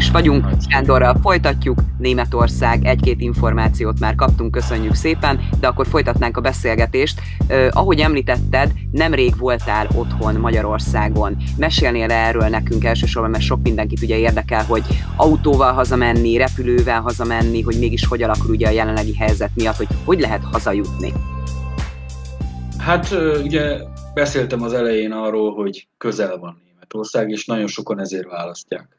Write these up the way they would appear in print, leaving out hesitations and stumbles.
is vagyunk, Sándorral folytatjuk, Németország, egy-két információt már kaptunk, köszönjük szépen, de akkor folytatnánk a beszélgetést. Ahogy említetted, nemrég voltál otthon Magyarországon. Mesélnél erről nekünk elsősorban, mert sok mindenkit ugye érdekel, hogy autóval hazamenni, repülővel hazamenni, hogy mégis hogy alakul ugye a jelenlegi helyzet miatt, hogy lehet hazajutni. Hát ugye beszéltem az elején arról, hogy közel van Németország, és nagyon sokan ezért választják.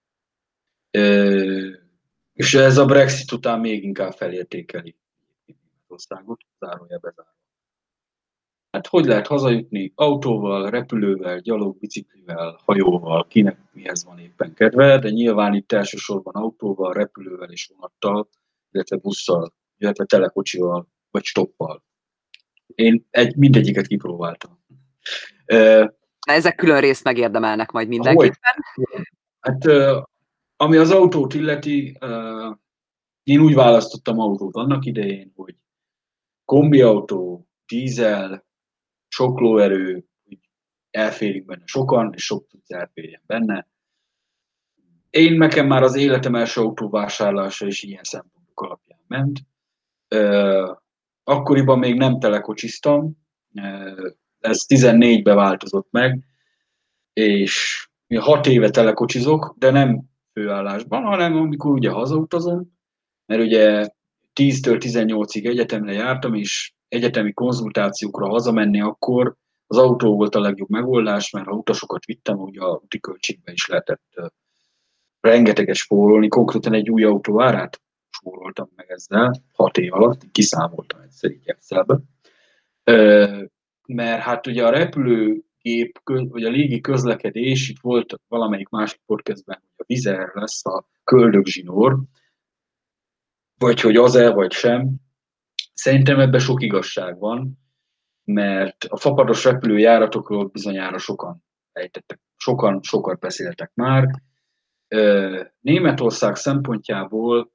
És ez a Brexit után még inkább felértékeli Németországot, zárójelbe zárva. Hát hogy lehet hazajutni? Autóval, repülővel, gyalog, biciklivel, hajóval, kinek mihez van éppen kedve, de nyilván itt elsősorban autóval, repülővel és vonattal, illetve busszal, illetve telekocsival, vagy stoppal. Én mindegyiket kipróbáltam. Ezek külön részt megérdemelnek majd mindenképpen. Hát ami az autót illeti, én úgy választottam autót annak idején, hogy kombiautó, dízel, sok lóerő, elférik benne sokan, és sok tudsz elférjen benne. Nekem már az életem első autóvásárlása is ilyen szempontok alapján ment. Akkoriban még nem telekocsiztam, ez 14-ben változott meg, és 6 éve telekocsizok, de nem főállásban, hanem amikor ugye hazautazom, mert ugye 10-től 18-ig egyetemre jártam, és egyetemi konzultációkra hazamenni akkor az autó volt a legjobb megoldás, mert ha utasokat vittem, ugye a úti költségbe is lehetett rengeteget spórolni, konkrétan egy új autó árát spóroltam meg ezzel, 6 év alatt, kiszámoltam egyszer így Excelbe. Mert hát ugye a repülőgép, vagy a légi közlekedés, itt volt valamelyik másik podcastben, hogy a Vizer lesz a köldögzsinór, vagy hogy az-e, vagy sem. Szerintem ebben sok igazság van, mert a fapados repülőjáratokról bizonyára sokan ejtettek, sokat beszéltek már. Németország szempontjából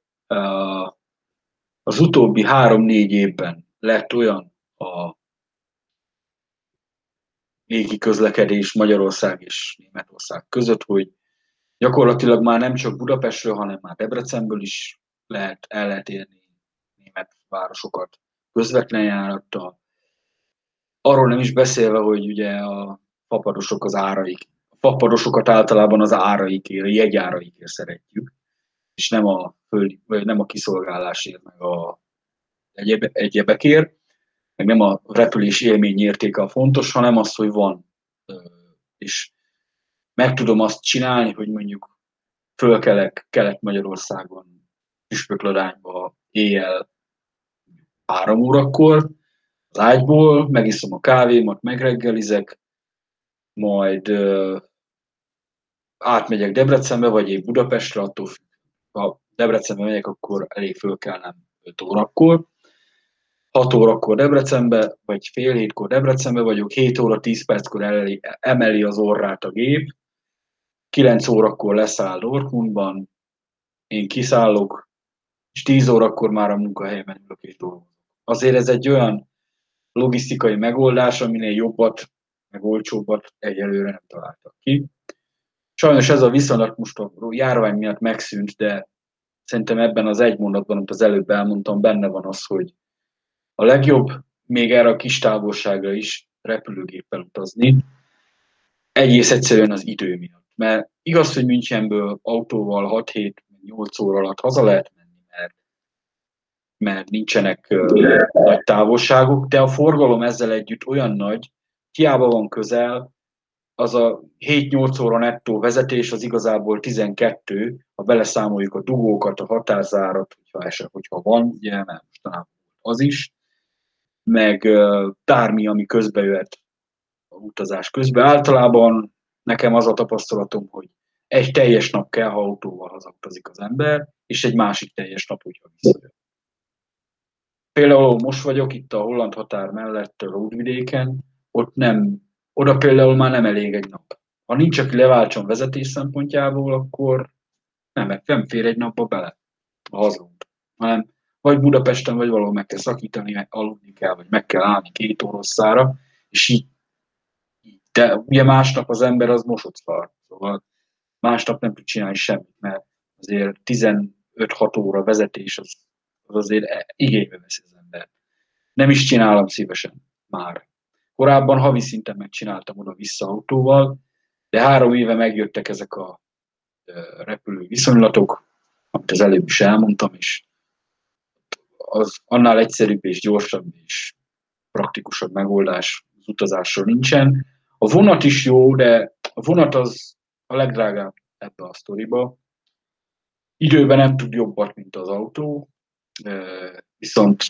az utóbbi 3-4 évben lett olyan a légi közlekedés Magyarország és Németország között, hogy gyakorlatilag már nem csak Budapestről, hanem már Debrecenből is el lehet érni német városokat közvetlen járattal. Arról nem is beszélve, hogy ugye a fapadosok az áraik. A fapadosokat általában az áraikért, a jegyáraikért szeretjük, és nem a kiszolgálásért, meg a egyebekért, meg nem a repülés élmény értéke a fontos, hanem az, hogy van. És meg tudom azt csinálni, hogy mondjuk fölkelek Kelet-Magyarországon, Püspökladányba éjjel 3 órakor, az ágyból, megiszom a kávémat, megreggelizek, majd átmegyek Debrecenbe, vagy én Budapestre, attól függ. Ha Debrecenbe megyek, akkor elég fölkelnem 5 órakor. 6 órakor Debrecenbe, vagy fél 7-kor Debrecenbe vagyok, 7 óra 10 perckor emeli az orrát a gép, 9 órakor leszáll Dortmundban, én kiszállok, és 10 órakor már a munkahelyemen ülök és dolgozok. Azért ez egy olyan logisztikai megoldás, aminél jobbat, meg olcsóbbat egyelőre nem találtak ki. Sajnos ez a viszonylat most a járvány miatt megszűnt, de szerintem ebben az egy mondatban, amit az előbb elmondtam, benne van az, hogy a legjobb még erre a kis távolságra is repülőgéppel utazni, egész egyszerűen az idő miatt. Mert igaz, hogy Münchenből autóval 6-7-8 óra alatt haza lehet menni, mert nincsenek nagy távolságok, de a forgalom ezzel együtt olyan nagy, hiába van közel, az a 7-8 óra nettó vezetés az igazából 12, ha beleszámoljuk a dugókat, a határzárat, hogyha van, ugye, mert mostanában az is, meg bármi, ami közbe jöhet a utazás közben. Általában nekem az a tapasztalatom, hogy egy teljes nap kell, ha autóval hazautazik az ember, és egy másik teljes nap, hogyha visszajön. Például most vagyok itt a holland határ mellett a Ródvidéken, oda például már nem elég egy nap. Ha nincs, aki leváltson vezetés szempontjából, akkor nem fér egy napba bele a hazaút. Hanem vagy Budapesten, vagy valahol meg kell szakítani, meg aludni kell, vagy meg kell állni 2 órosszára, és így. De ugye másnap az ember az mosott szar. Szóval másnap nem tud csinálni semmit, mert azért 15-6 óra vezetés az azért igénybe veszi az ember. Nem is csinálom szívesen már. Korábban havi szinten megcsináltam oda-vissza autóval, de 3 éve megjöttek ezek a repülő viszonylatok, amit az előbb is elmondtam, és az annál egyszerűbb és gyorsabb és praktikusabb megoldás az utazásról nincsen. A vonat is jó, de a vonat az a legdrágább ebbe a sztoriba. Időben nem tud jobbat, mint az autó, viszont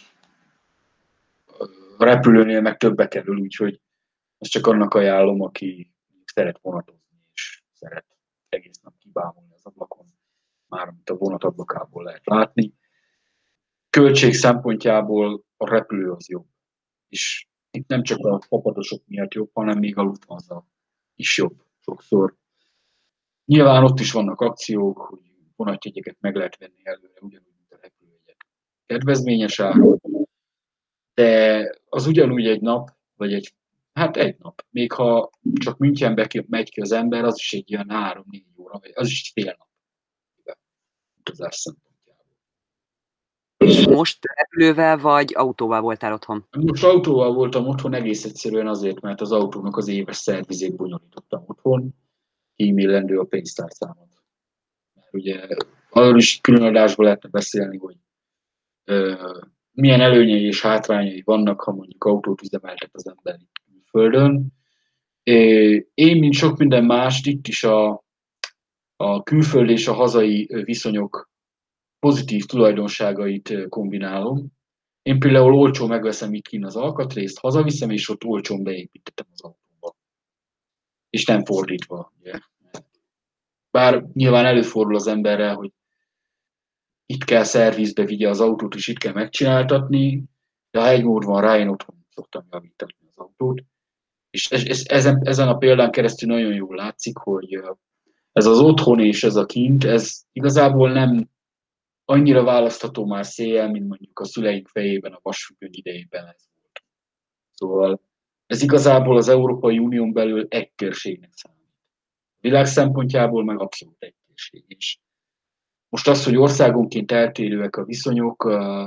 a repülőnél meg többe kerül, úgyhogy ezt csak annak ajánlom, aki szeret vonatozni, és szeret egész nap kibámulni az ablakon, már amit a vonat ablakából lehet látni. Költség szempontjából a repülő az jobb. És itt nem csak a papadosok miatt jobb, hanem még a Lufthansa is jobb sokszor. Nyilván ott is vannak akciók, hogy vonatjegyeket meg lehet venni előre, ugyanúgy, mint a repülőjegyek. Kedvezményes áron, de az ugyanúgy egy nap, vagy egy nap. Még ha csak Münchenbe megy ki az ember, az is egy ilyen 3-4 óra, vagy az is fél nap utazás szempontjából. És most repülővel vagy autóval voltál otthon? Most autóval voltam otthon egész egyszerűen azért, mert az autónak az éves szervizét bonyolítottam otthon, e-mailendő a pénztárcámat. Mert ugye arról is külön adásból lehetne beszélni, hogy milyen előnyei és hátrányai vannak, ha mondjuk autót üzemeltet az ember külföldön. Én, mint sok minden mást, itt is a külföld és a hazai viszonyok pozitív tulajdonságait kombinálom. Én például olcsó megveszem itt kint az alkatrészt, hazaviszem, és ott olcsón beépítettem az autóba. És nem fordítva, ugye. Bár nyilván előfordul az emberrel, hogy itt kell szervizbe vigye az autót, és itt kell megcsináltatni, de ha egy mód van rá, én otthon szoktam javítatni az autót. És ezen a példán keresztül nagyon jól látszik, hogy ez az otthon és ez a kint, ez igazából nem annyira választható már széjjel, mint mondjuk a szüleink fejében a vasfüggöny idejében ez volt. Szóval ez igazából az Európai Unión belül egy térségnek számít. A világ szempontjából meg abszolút egy térség is. Most az, hogy országonként eltérőek a viszonyok,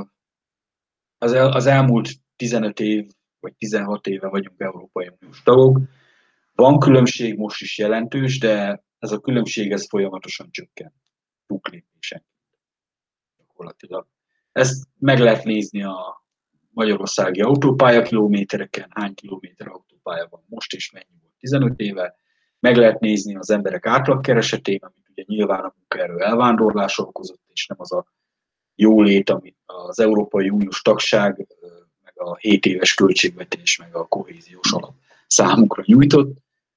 az elmúlt 15 év vagy 16 éve vagyunk Európai Uniós tagok. Van különbség, most is jelentős, de ez a különbség ez folyamatosan csökken. Túllépésen. Gyakorlatilag. Ezt meg lehet nézni a magyarországi autópályakilométereken, hány kilométer autópálya van most és mennyi volt 15 éve. Meg lehet nézni az emberek átlagkeresetén, amit ugye nyilván a munkaerő elvándorlása okozott, és nem az a jólét, amit az Európai Uniós tagság, meg a 7 éves költségvetés, meg a kohéziós alap számukra nyújtott.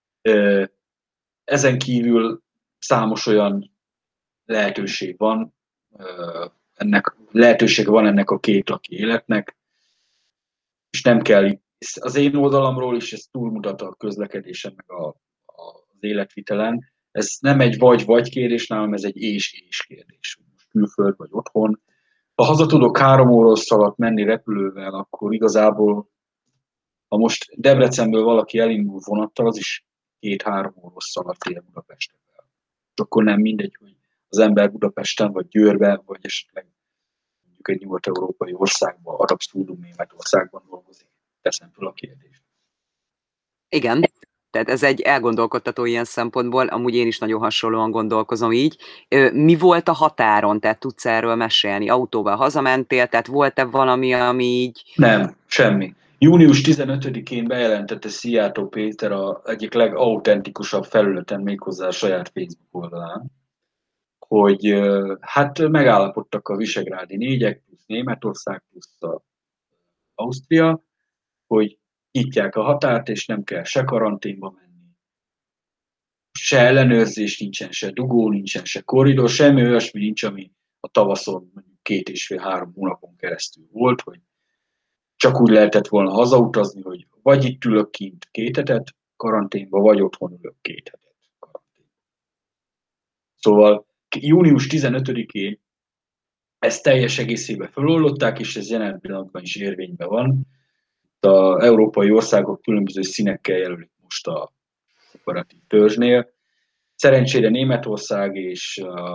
Ezen kívül számos olyan lehetőség van, lehetősége van ennek a két laki életnek, és nem kell, az én oldalamról is ez túlmutat a közlekedésen, meg az életvitelen. Ez nem egy vagy-vagy kérdés, nálam ez egy és kérdés. Most külföld vagy otthon. Ha haza tudok 3 óra alatt menni repülővel, akkor igazából, ha most Debrecenből valaki elindul vonattal, az is 2-3 óra alatt ér Budapestre. Akkor nem mindegy, hogy az ember Budapesten, vagy Győrben, vagy esetleg mondjuk egy nyugat-európai országban, Arab-Szúdum Németországban dolgozik. Teszem fel a kérdést. Igen, tehát ez egy elgondolkodtató ilyen szempontból, amúgy én is nagyon hasonlóan gondolkozom így. Mi volt a határon, tehát tudsz erről mesélni? Autóval hazamentél, tehát volt-e valami, ami így... Nem, semmi. Június 15-én bejelentette Szijjártó Péter egyik legautentikusabb felületen, méghozzá a saját Facebook oldalán, hogy hát megállapodtak a visegrádi négyek, plusz Németország, plusz Ausztria, hogy nyitják a határt, és nem kell se karanténba menni, se ellenőrzés nincsen, se dugó nincsen, se korridor, semmi olyasmi nincs, ami a tavaszon mondjuk 2,5-3 hónapon keresztül volt, hogy csak úgy lehetett volna hazautazni, hogy vagy itt ülök kint 2 hetet karanténba, vagy otthon ülök 2 hetet karanténba. Szóval június 15-én ezt teljes egészében feloldották, és ez jelen pillanatban is érvényben van. Az európai országok különböző színekkel jelölik most a operatív törzsnél. Szerencsére Németország és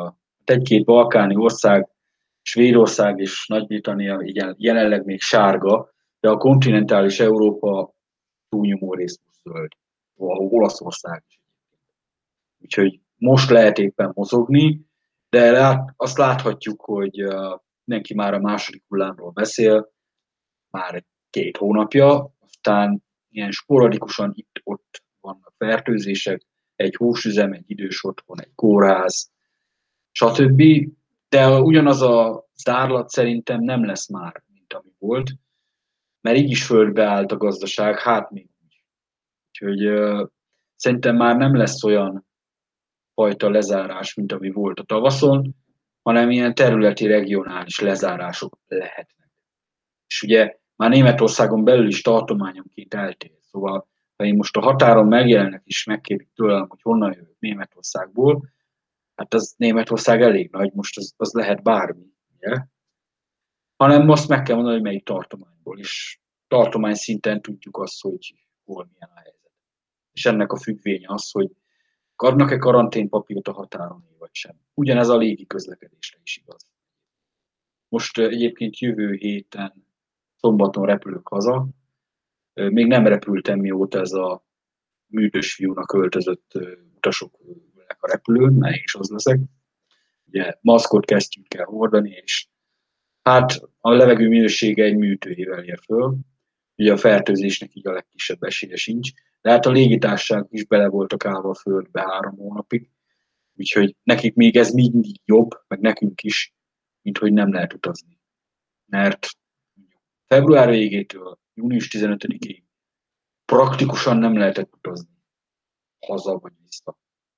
egy-két balkáni ország, Svédország és Nagy-Britannia igen, jelenleg még sárga, de a kontinentális Európa túlnyomó rész zöld. Olaszország is. Úgyhogy most lehet éppen mozogni, de azt láthatjuk, hogy mindenki már a második hullámról beszél, már 2 hónapja, aztán ilyen sporadikusan itt-ott vannak fertőzések, egy húsüzem, egy idős otthon, egy kórház, stb. De ugyanaz a zárlat szerintem nem lesz már, mint ami volt, mert így is földbe állt a gazdaság, hát még úgy. Úgyhogy szerintem már nem lesz olyan fajta lezárás, mint ami volt a tavaszon, hanem ilyen területi, regionális lezárások lehetnek. És ugye már Németországon belül is tartományonként eltér. Szóval, ha én most a határon megjelennek és megkérik tőlem, hogy honnan jövök Németországból, hát az Németország elég nagy, most az lehet bármi, ugye? Hanem most meg kell mondani, hogy melyik tartományból, és tartomány szinten tudjuk azt, hogy hol milyen a helyzet. És ennek a függvénye az, hogy adnak-e karanténpapírt a határon, vagy sem. Ugyanez a légi közlekedésre is igaz. Most egyébként jövő héten szombaton repülök haza. Még nem repültem, mióta ez a műtös fiúnak öltözött utasok ülnek a repülőn, mert én is az leszek. Ugye maszkot kezdjük el hordani, és hát a levegő minősége egy műtőjével ér föl. Ugye a fertőzésnek így a legkisebb esélye sincs. De hát a légitársaság is bele voltak állva a földbe 3 hónapig. Úgyhogy nekik még ez mindig jobb, meg nekünk is, mint hogy nem lehet utazni. Mert február végétől június 15-ig praktikusan nem lehetett utazni haza vagy vissza.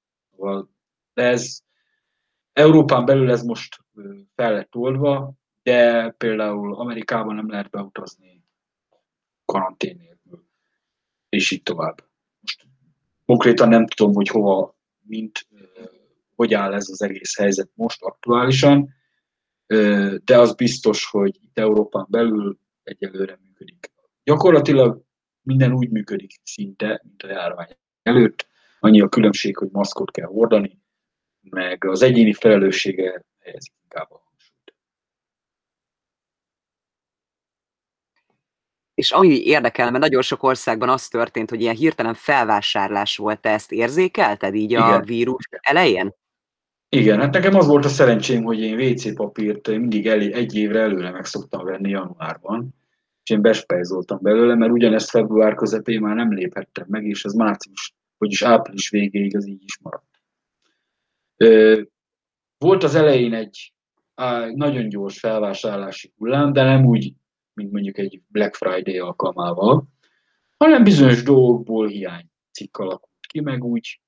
De ez Európán belül ez most fel lett oldva, de például Amerikában nem lehet beutazni karantén nélkül, és így tovább. Most konkrétan nem tudom, hogy hova, hogy áll ez az egész helyzet most aktuálisan, de az biztos, hogy itt Európán belül egyelőre működik. Gyakorlatilag minden úgy működik szinte, mint a járvány előtt. Annyi a különbség, hogy maszkot kell hordani, meg az egyéni felelőssége helyezik inkább a hangsúlyt. És ami érdekel, mert nagyon sok országban az történt, hogy ilyen hirtelen felvásárlás volt. Te ezt érzékelted így a Igen. vírus elején? Igen, hát nekem az volt a szerencsém, hogy én WC papírt mindig egy évre előre meg szoktam venni januárban, és én bespejzoltam belőle, mert ugyanezt február közepén már nem léphettem meg, és ez március, vagyis április végéig az így is maradt. Volt az elején egy nagyon gyors felvásárlási hullám, de nem úgy, mint mondjuk egy Black Friday alkalmával, hanem bizonyos dolgokból hiánycikk alakult ki, meg úgy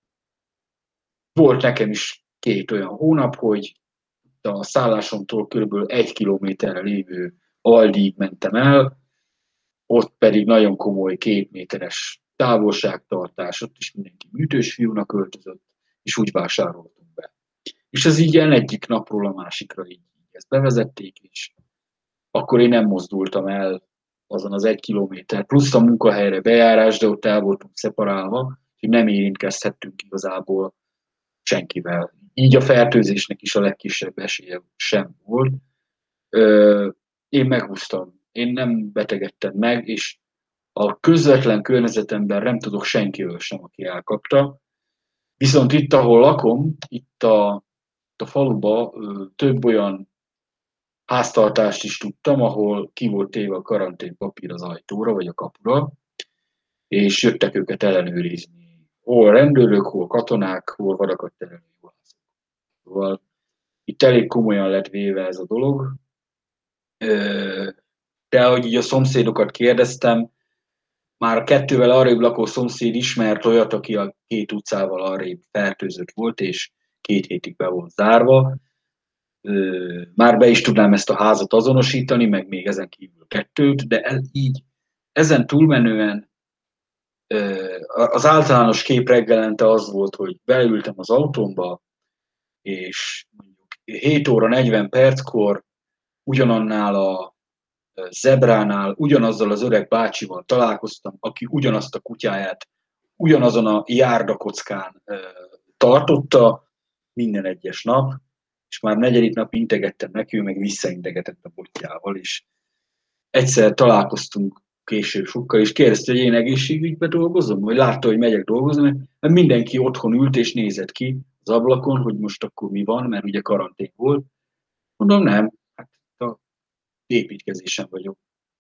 volt nekem is 2 olyan hónap, hogy a szállásomtól kb. 1 kilométerre lévő Aldiig mentem el, ott pedig nagyon komoly 2 méteres távolságtartás, ott is mindenki műtős fiúnak öltözött, és úgy vásároltunk be. És ez így egyik napról a másikra így ezt bevezették, és akkor én nem mozdultam el azon az 1 kilométer, plusz a munkahelyre bejárás, de ott el voltunk szeparálva, hogy nem érintkezhettünk igazából senkivel. Így a fertőzésnek is a legkisebb esélye sem volt. Én megúsztam. Én nem betegedtem meg, és a közvetlen környezetemben nem tudok senkiről sem, aki elkapta. Viszont itt, ahol lakom, itt a faluba több olyan háztartást is tudtam, ahol ki volt téve a karanténpapír az ajtóra, vagy a kapura, és jöttek őket ellenőrizni. Hol rendőrök, hol katonák, hol vadakat terelő juhászok. Szóval itt elég komolyan lett véve ez a dolog. De ahogy így a szomszédokat kérdeztem, már a 2-vel arrébb lakó szomszéd ismert olyat, aki a 2 utcával arrébb fertőzött volt, és 2 hétig be volt zárva. Már be is tudnám ezt a házat azonosítani, meg még ezen kívül 2, de így ezen túlmenően az általános kép reggelente az volt, hogy beültem az autómba, és mondjuk 7 óra 40 perckor ugyanannál a zebránál, ugyanazzal az öreg bácsival találkoztam, aki ugyanazt a kutyáját ugyanazon a járdakockán tartotta minden egyes nap, és már negyedik nap integettem neki, ő meg visszaintegetett a botjával, és egyszer találkoztunk később sokkal, és kérdezte, hogy én egészségügyben dolgozom, vagy látta, hogy megyek dolgozni, mert mindenki otthon ült és nézett ki az ablakon, hogy most akkor mi van, mert ugye karantén volt. Mondom, nem, hát a építkezésen vagyok.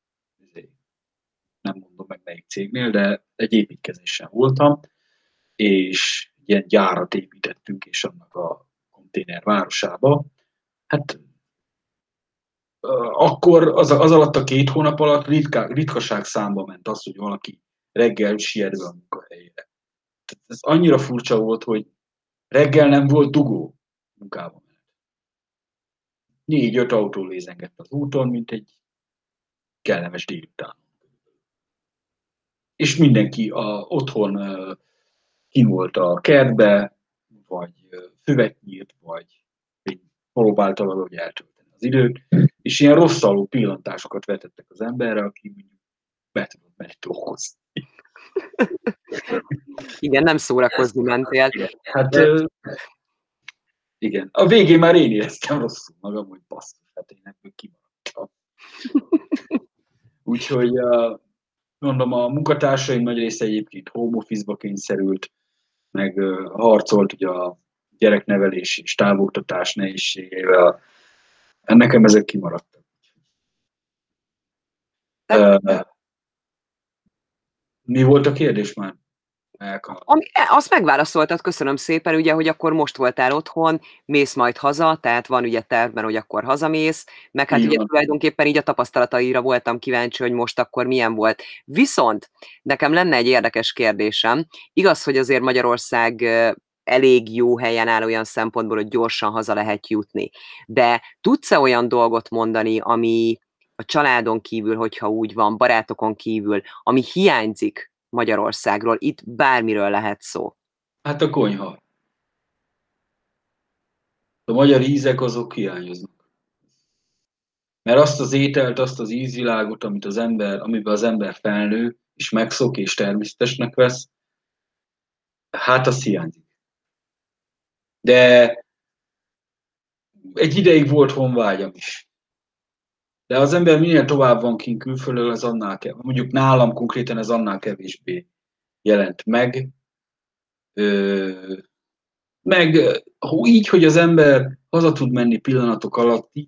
Nem mondom meg melyik cégnél, de egy építkezésen voltam, és ilyen gyárat építettünk, és annak a konténer városába. Hát akkor az alatt a 2 hónap alatt ritkaság számba ment az, hogy valaki reggel siet be a munkahelyére. Ez annyira furcsa volt, hogy reggel nem volt dugó munkában. 4-5 autó lézengett az úton, mint egy kellemes délután. És mindenki otthon kim volt a kertbe, vagy füvet nyírt, vagy próbálta valahogy eltölteni az időt, és ilyen rosszaló pillantásokat vetettek az emberre, aki mondjuk be tudott menni dolgozni. Igen, nem szórakozni mentél. Hát igen. A végén már én éreztem rosszul magam, hogy basszus, hát én ebből kimaradtam. Úgyhogy mondom, a munkatársaim nagy része egyébként home office-ba kényszerült, meg harcolt ugye a gyereknevelés és távoktatás nehézségeivel. Nekem ezek kimaradtak. Mi volt a kérdés már? Azt megválaszoltad, köszönöm szépen, ugye, hogy akkor most voltál otthon, mész majd haza, tehát van ugye tervben, hogy akkor hazamész, meg hát ugye tulajdonképpen így a tapasztalataira voltam kíváncsi, hogy most akkor milyen volt. Viszont nekem lenne egy érdekes kérdésem. Igaz, hogy azért Magyarország elég jó helyen áll olyan szempontból, hogy gyorsan haza lehet jutni. De tudsz-e olyan dolgot mondani, ami a családon kívül, hogyha úgy van, barátokon kívül, ami hiányzik Magyarországról? Itt bármiről lehet szó. Hát a konyha. A magyar ízek azok hiányoznak. Mert azt az ételt, azt az ízvilágot, amiben az ember felnő, és megszok, és természetesnek vesz, hát az hiányzik. De egy ideig volt honvágyam is. De az ember minél tovább van kint külföldön, az annál kell. Mondjuk nálam konkrétan ez annál kevésbé jelent meg. Meg így, hogy az ember haza tud menni pillanatok alatt, így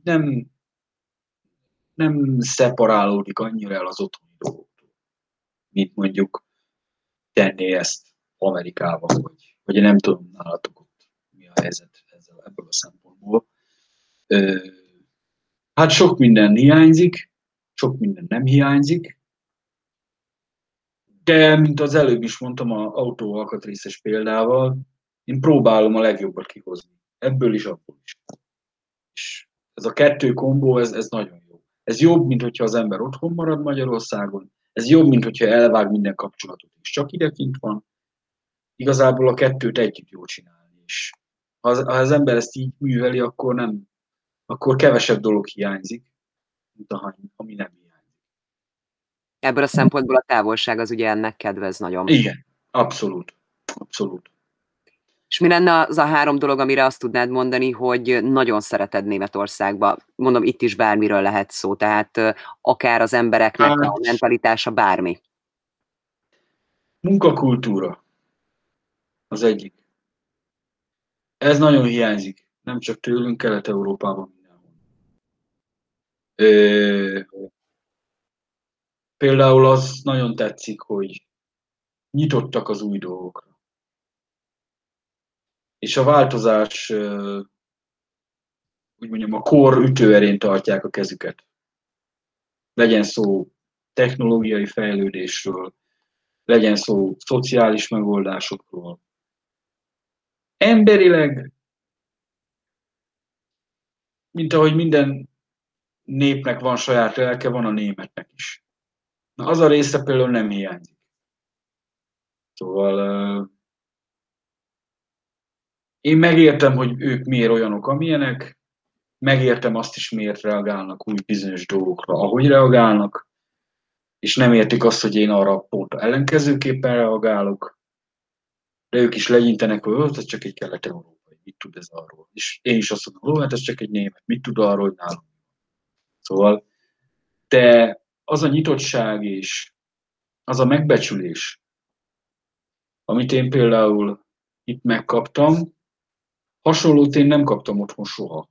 nem szeparálódik annyira el az otthoni dolgoktól, mint mondjuk tenné ezt Amerikában, vagy nem tudom nálatok ott mi a helyzet ebből a szempontból. Hát sok minden hiányzik, sok minden nem hiányzik, de, mint az előbb is mondtam, az autó alkatrészes példával, én próbálom a legjobbat kihozni. Ebből is, abból is. És ez a 2 kombó, ez nagyon jó. Ez jobb, mint hogyha az ember otthon marad Magyarországon, ez jobb, mint hogyha elvág minden kapcsolatot, és csak idekint van. Igazából a 2-t együtt jól csinálni is. Ha az ember ezt így műveli, akkor kevesebb dolog hiányzik, mint ami nem hiányzik. Ebből a szempontból a távolság az ugye ennek kedvez nagyon. Igen, abszolút. Abszolút. És mi lenne az a 3 dolog, amire azt tudnád mondani, hogy nagyon szereted Németországba? Mondom, itt is bármiről lehet szó, tehát akár az embereknek a mentalitása, bármi. Munkakultúra az egyik. Ez nagyon hiányzik, nem csak tőlünk, Kelet-Európában mindenhol. Például az nagyon tetszik, hogy nyitottak az új dolgokra. És a változás, úgy mondjam, a kor ütőerén tartják a kezüket. Legyen szó technológiai fejlődésről, legyen szó szociális megoldásokról. Emberileg, mint ahogy minden népnek van saját lelke, van a németnek is. Na, az a része például nem hiányzik. Szóval én megértem, hogy ők miért olyanok, amilyenek, megértem azt is, miért reagálnak úgy bizonyos dolgokra, ahogy reagálnak, és nem értik azt, hogy én arra pont ellenkezőképpen reagálok, de ők is legyintenek, hogy ez csak egy kelet-európai. mit tud ez arról. És én is azt mondom, hát ez csak egy német, mit tud arról, hogy nálunk. Szóval, de az a nyitottság és az a megbecsülés, amit én például itt megkaptam, hasonlót én nem kaptam otthon soha.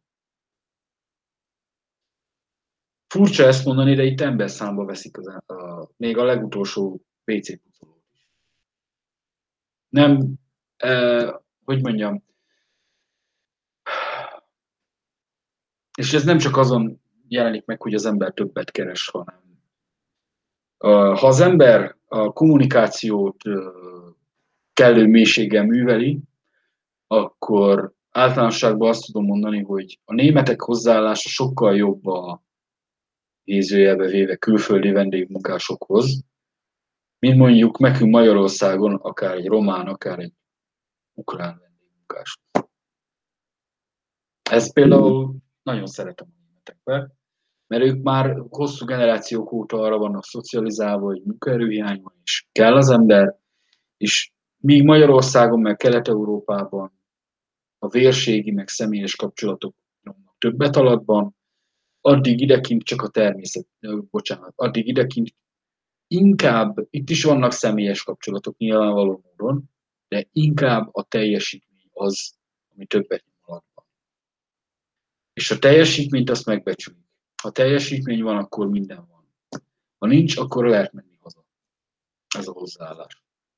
Furcsa ezt mondani, de itt emberszámba veszik még a legutolsó WC pucolót is. Nem, hogy mondjam, és ez nem csak azon jelenik meg, hogy az ember többet keres, hanem ha az ember a kommunikációt kellő mélységgel műveli, akkor általánosságban azt tudom mondani, hogy a németek hozzáállása sokkal jobb a idézőjelbe véve külföldi vendégmunkásokhoz, mint mondjuk nekünk Magyarországon akár egy román, akár egy ukrán vendégmunkás. Ezt például nagyon szeretem a németekben, mert ők már hosszú generációk óta arra vannak szocializálva, hogy munkaerőhiány van, és kell az ember, és míg Magyarországon, meg Kelet-Európában a vérségi, meg személyes kapcsolatok többet alatban, addig idekint csak a természet, addig idekint inkább, itt is vannak személyes kapcsolatok nyilvánvaló módon, de inkább a teljesítmény az, ami többet nyom alatban. És a teljesítményt azt megbecsülik. Ha teljesítmény van, akkor minden van. Ha nincs, akkor lehet menni haza. Ez a hozzáállás.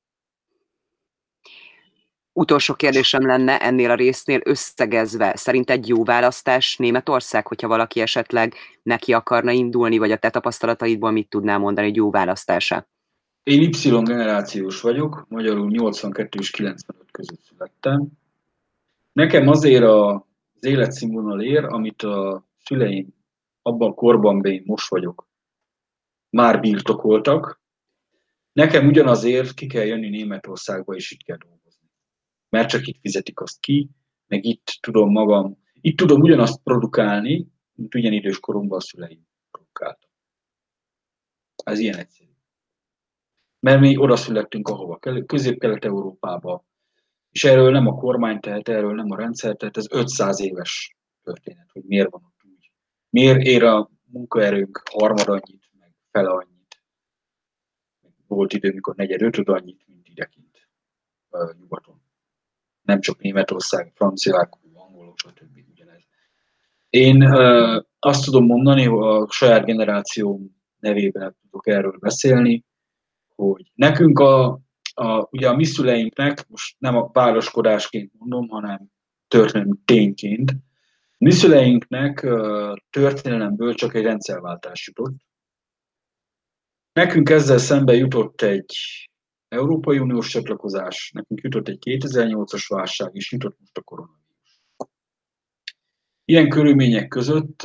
Utolsó kérdésem lenne ennél a résznél összegezve. Szerint egy jó választás Németország, hogyha valaki esetleg neki akarna indulni, vagy a te tapasztalataidból mit tudnál mondani, egy jó választása? Én Y generációs vagyok, magyarul 82 és 95 között születtem. Nekem azért az életszínvonal ér, amit a szüleim abban a korban, én most vagyok, már birtokoltak. Nekem ugyanazért ki kell jönni Németországba, és itt kell dolgozni. Mert csak itt fizetik azt ki, meg itt tudom ugyanazt produkálni, mint ugyanidős koromban a szüleim produkáltak. Ez ilyen egyszerű. Mert mi oda születtünk, ahova Közép-Kelet-Európába, és erről nem a kormány tehet, erről nem a rendszer tehet, ez 500 éves történet, hogy miért van ott úgy. Miért ér a munkaerőnk harmad annyit, meg fele annyit. Volt idő, mikor negyed-ötöd annyit, mint idekint nyugaton. Nem csak Németország, franciák, angolok, stb. Ugyanez. Én azt tudom mondani, hogy a saját generációm nevében tudok erről beszélni, hogy nekünk ugye a mi szüleinknek, most nem a pároskodásként mondom, hanem történelmi tényként, mi szüleinknek történelemből csak egy rendszerváltás jutott. Nekünk ezzel szemben jutott egy Európai Uniós csatlakozás, nekünk jutott egy 2008-as válság, és jutott most a koronavírus. Ilyen körülmények között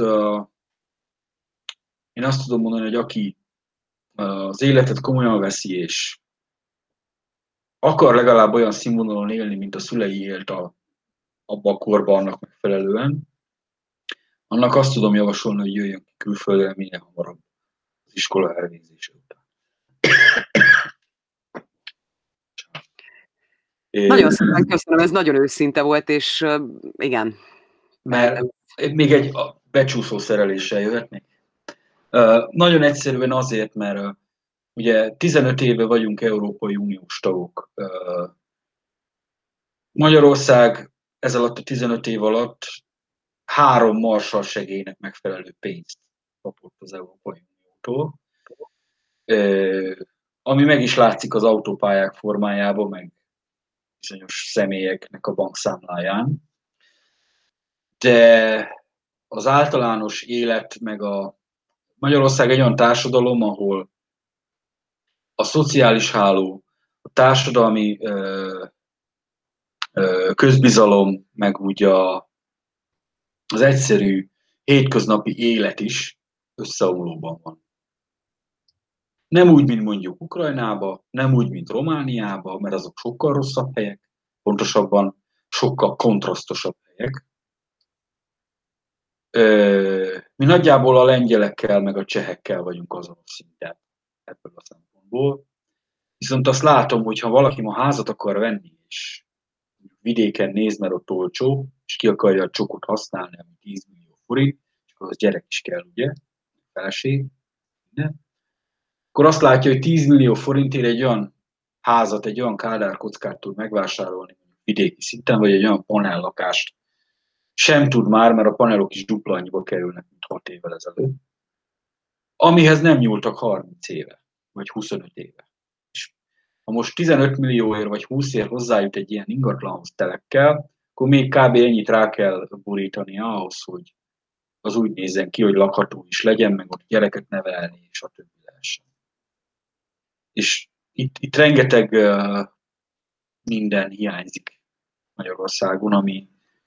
én azt tudom mondani, hogy aki az életet komolyan veszi, és akar legalább olyan színvonalon élni, mint a szülei élt abban a korban annak megfelelően, annak azt tudom javasolni, hogy jöjjön ki külföldre minél hamarabb az iskola elvégzése után. Nagyon szépen köszönöm, ez nagyon őszinte volt, és igen. Mert még egy becsúszó szereléssel jöhetnék. Nagyon egyszerűen azért, mert ugye 15 éve vagyunk Európai Uniós tagok. Magyarország ez alatt a 15 év alatt 3 Marshall segélynek megfelelő pénzt kapott az Európai Uniótól, ami meg is látszik az autópályák formájában, meg bizonyos személyeknek a bankszámláján. De az általános élet, meg Magyarország egy olyan társadalom, ahol a szociális háló, a társadalmi közbizalom, meg úgy az egyszerű hétköznapi élet is összeomlóban van. Nem úgy, mint mondjuk Ukrajnába, nem úgy, mint Romániába, mert azok sokkal rosszabb helyek, pontosabban sokkal kontrasztosabb helyek. Mi nagyjából a lengyelekkel, meg a csehekkel vagyunk azonos szinten ebből a szempontból. Viszont azt látom, hogy ha valaki ma házat akar venni, és vidéken néz, mert ott olcsó, és ki akarja a csokot használni, ami 10 millió forint, és akkor az gyerek is kell, ugye? Feleség, minden. Akkor azt látja, hogy 10 millió forintért egy olyan házat, egy olyan kádárkockát tud megvásárolni vidéki szinten, vagy egy olyan panellakást sem tud már, mert a panelok is dupla annyiba kerülnek, mint 6 évvel ezelőtt, amihez nem nyúltak 30 éve, vagy 25 éve. És ha most 15 millióért vagy 20-ért hozzájut egy ilyen ingatlanhoz telekkel, akkor még kb. Ennyit rá kell borítania ahhoz, hogy az úgy nézzen ki, hogy lakható is legyen, meg ott gyereket nevelni, és a többi lehessen. És itt rengeteg minden hiányzik Magyarországon, ami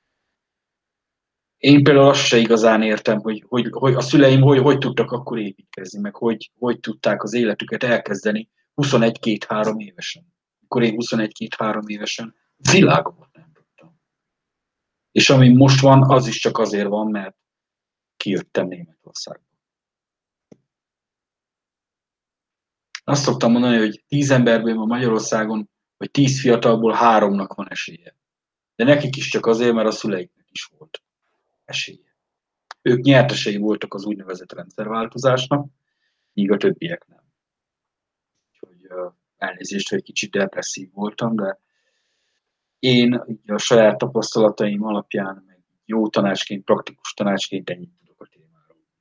én például azt se igazán értem, hogy a szüleim hogy tudtak akkor építkezni, meg hogy tudták az életüket elkezdeni 21-2-3 évesen. Akkor én 21-2-3 évesen világomat nem tudtam. És ami most van, az is csak azért van, mert kijöttem Németországba. Azt szoktam mondani, hogy 10 emberből ma Magyarországon, vagy 10 fiatalból 3-nak van esélye. De nekik is csak azért, mert a szüleiknek is volt esélye. Ők nyertesei voltak az úgynevezett rendszerváltozásnak, míg a többiek nem. Úgyhogy elnézést, hogy kicsit depresszív voltam, de én a saját tapasztalataim alapján, meg jó tanácsként, praktikus tanácsként ennyit tudok a témáról.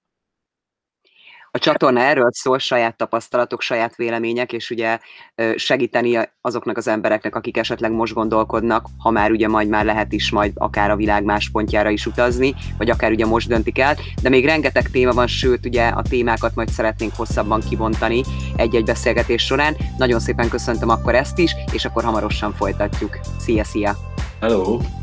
A csatorna erről szól, saját tapasztalatok, saját vélemények, és ugye segíteni azoknak az embereknek, akik esetleg most gondolkodnak, ha már ugye majd már lehet is majd akár a világ más pontjára is utazni, vagy akár ugye most döntik el, de még rengeteg téma van, sőt ugye a témákat majd szeretnénk hosszabban kibontani egy-egy beszélgetés során. Nagyon szépen köszöntöm akkor ezt is, és akkor hamarosan folytatjuk. Szia! Hello!